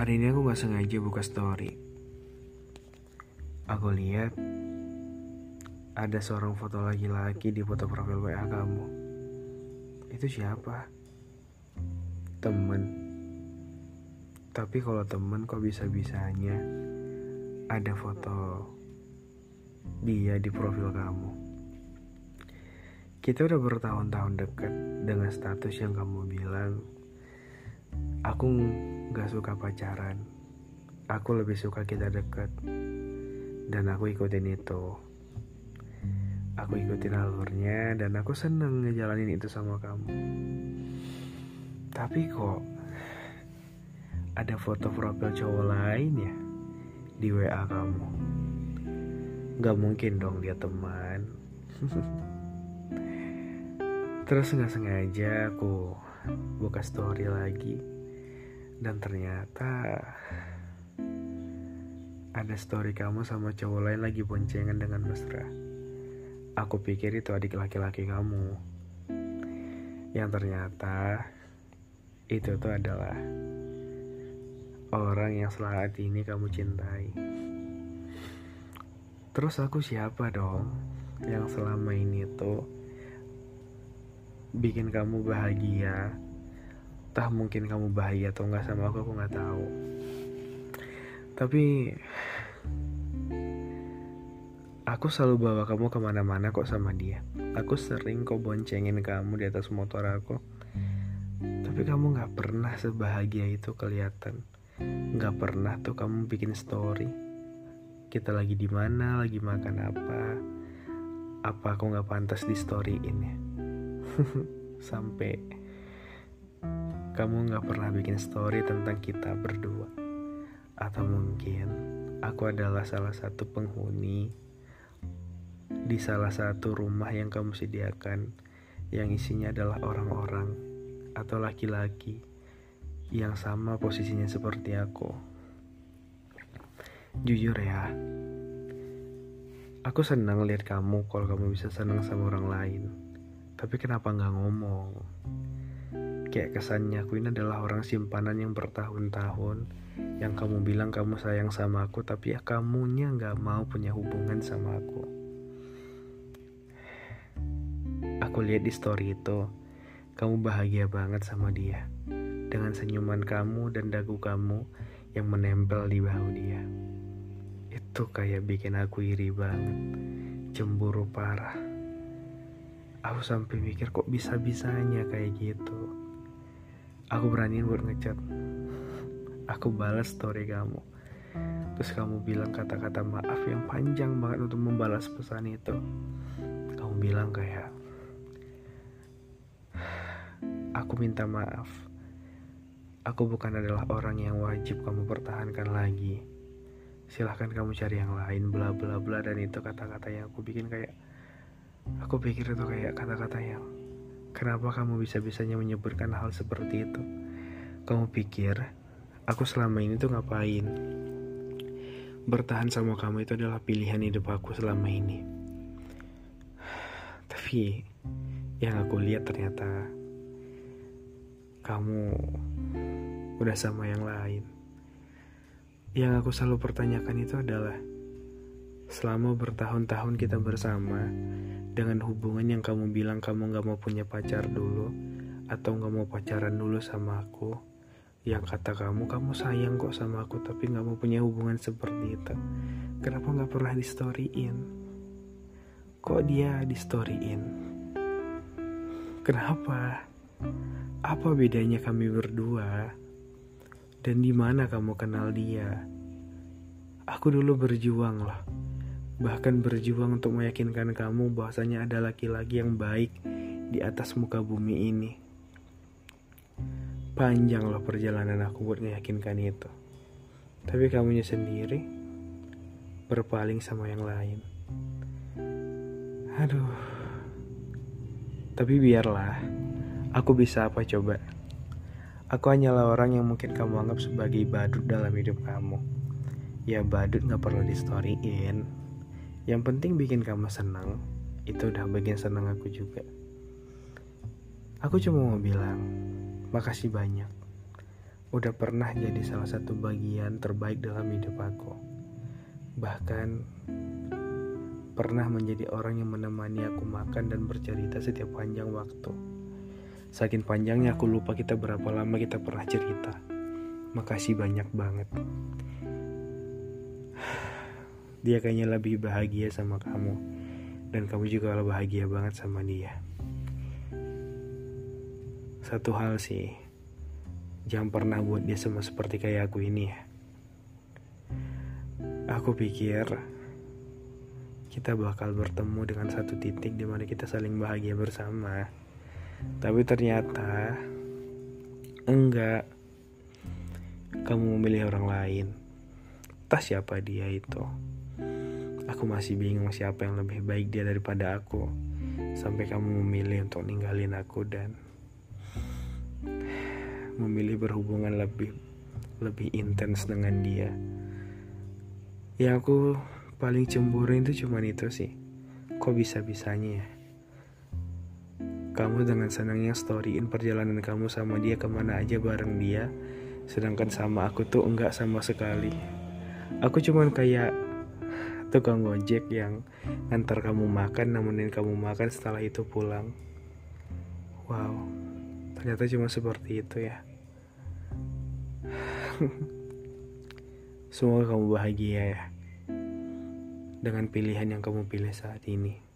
Hari ini aku gak sengaja buka story. Aku lihat ada seorang foto laki-laki di foto profil WA kamu. Itu siapa? Temen. Tapi kalau temen kok bisa-bisanya ada foto dia di profil kamu. Kita udah bertahun-tahun dekat dengan status yang kamu bilang, aku gak suka pacaran, aku lebih suka kita dekat. Dan aku ikutin itu. Aku ikutin alurnya dan aku seneng ngejalanin itu sama kamu. Tapi kok ada foto profil cowok lain ya di WA kamu. Gak mungkin dong dia teman. Terus gak sengaja aku buka story lagi. Dan ternyata ada story kamu sama cowok lain lagi boncengan dengan mesra. Aku pikir itu adik laki-laki kamu. Yang ternyata itu tuh adalah orang yang saat ini kamu cintai. Terus aku siapa dong yang selama ini tuh bikin kamu bahagia? Entah mungkin kamu bahagia atau enggak sama aku enggak tahu. Tapi aku selalu bawa kamu kemana-mana kok sama dia. Aku sering kok boncengin kamu di atas motor aku. Tapi kamu gak pernah sebahagia itu kelihatan. Gak pernah tuh kamu bikin story. Kita lagi di mana, lagi makan apa. Apa aku gak pantas di storyin ya? Sampai kamu gak pernah bikin story tentang kita berdua. Atau mungkin aku adalah salah satu penghuni di salah satu rumah yang kamu sediakan, yang isinya adalah orang-orang atau laki-laki yang sama posisinya seperti aku. Jujur ya, aku senang lihat kamu kalau kamu bisa senang sama orang lain. Tapi kenapa gak ngomong? Kayak kesannya aku ini adalah orang simpanan yang bertahun-tahun, yang kamu bilang kamu sayang sama aku, tapi ya kamunya gak mau punya hubungan sama aku. Aku lihat di story itu, kamu bahagia banget sama dia, dengan senyuman kamu dan dagu kamu yang menempel di bahu dia. Itu kayak bikin aku iri banget, cemburu parah. Aku sampai mikir kok bisa-bisanya kayak gitu. Aku beraniin buat ngechat. Aku balas story kamu. Terus kamu bilang kata-kata maaf yang panjang banget untuk membalas pesan itu. Kamu bilang kayak, aku minta maaf. Aku bukan adalah orang yang wajib kamu pertahankan lagi. Silahkan kamu cari yang lain, bla bla bla. Dan itu kata-kata yang aku bikin kayak, aku pikir itu kayak kata-kata yang, kenapa kamu bisa-bisanya menyebutkan hal seperti itu? Kamu pikir aku selama ini tuh ngapain? Bertahan sama kamu itu adalah pilihan hidup aku selama ini. Tapi yang aku lihat ternyata kamu udah sama yang lain. Yang aku selalu pertanyakan itu adalah, selama bertahun-tahun kita bersama, dengan hubungan yang kamu bilang kamu gak mau punya pacar dulu, atau gak mau pacaran dulu sama aku, yang kata kamu sayang kok sama aku, tapi gak mau punya hubungan seperti itu. Kenapa gak pernah di storyin? Kok dia di storyin? Kenapa? Apa bedanya kami berdua? Dan di mana kamu kenal dia? Aku dulu berjuang loh. Bahkan berjuang untuk meyakinkan kamu bahwasanya ada laki-laki yang baik di atas muka bumi ini. Panjang loh perjalanan aku buat meyakinkan itu. Tapi kamunya sendiri berpaling sama yang lain. Aduh. Tapi biarlah. Aku bisa apa coba? Aku hanyalah orang yang mungkin kamu anggap sebagai badut dalam hidup kamu. Ya badut gak perlu di storyin. Yang penting bikin kamu senang. Itu udah bagian senang aku juga. Aku cuma mau bilang, makasih banyak. udah pernah jadi salah satu bagian terbaik dalam hidup aku. Bahkan pernah menjadi orang yang menemani aku makan dan bercerita setiap panjang waktu. Saking panjangnya aku lupa kita berapa lama kita pernah cerita. Makasih banyak banget. Dia kayaknya lebih bahagia sama kamu, dan kamu juga bahagia banget sama dia. Satu hal sih, jangan pernah buat dia sama seperti kayak aku ini ya. Aku pikir kita bakal bertemu dengan satu titik di mana kita saling bahagia bersama. Tapi ternyata enggak. Kamu memilih orang lain. Entah siapa dia itu. Aku masih bingung siapa yang lebih baik dia daripada aku. Sampai kamu memilih untuk ninggalin aku dan memilih berhubungan lebih intens dengan dia. Ya aku paling cemburu itu cuman itu sih. Kok bisa-bisanya ya? Kamu dengan senangnya storyin perjalanan kamu sama dia kemana aja bareng dia. Sedangkan sama aku tuh enggak sama sekali. Aku cuman kayak tukang ojek yang ngantar kamu makan, nemenin kamu makan, setelah itu pulang. Wow, ternyata cuma seperti itu ya. Semoga kamu bahagia ya dengan pilihan yang kamu pilih saat ini.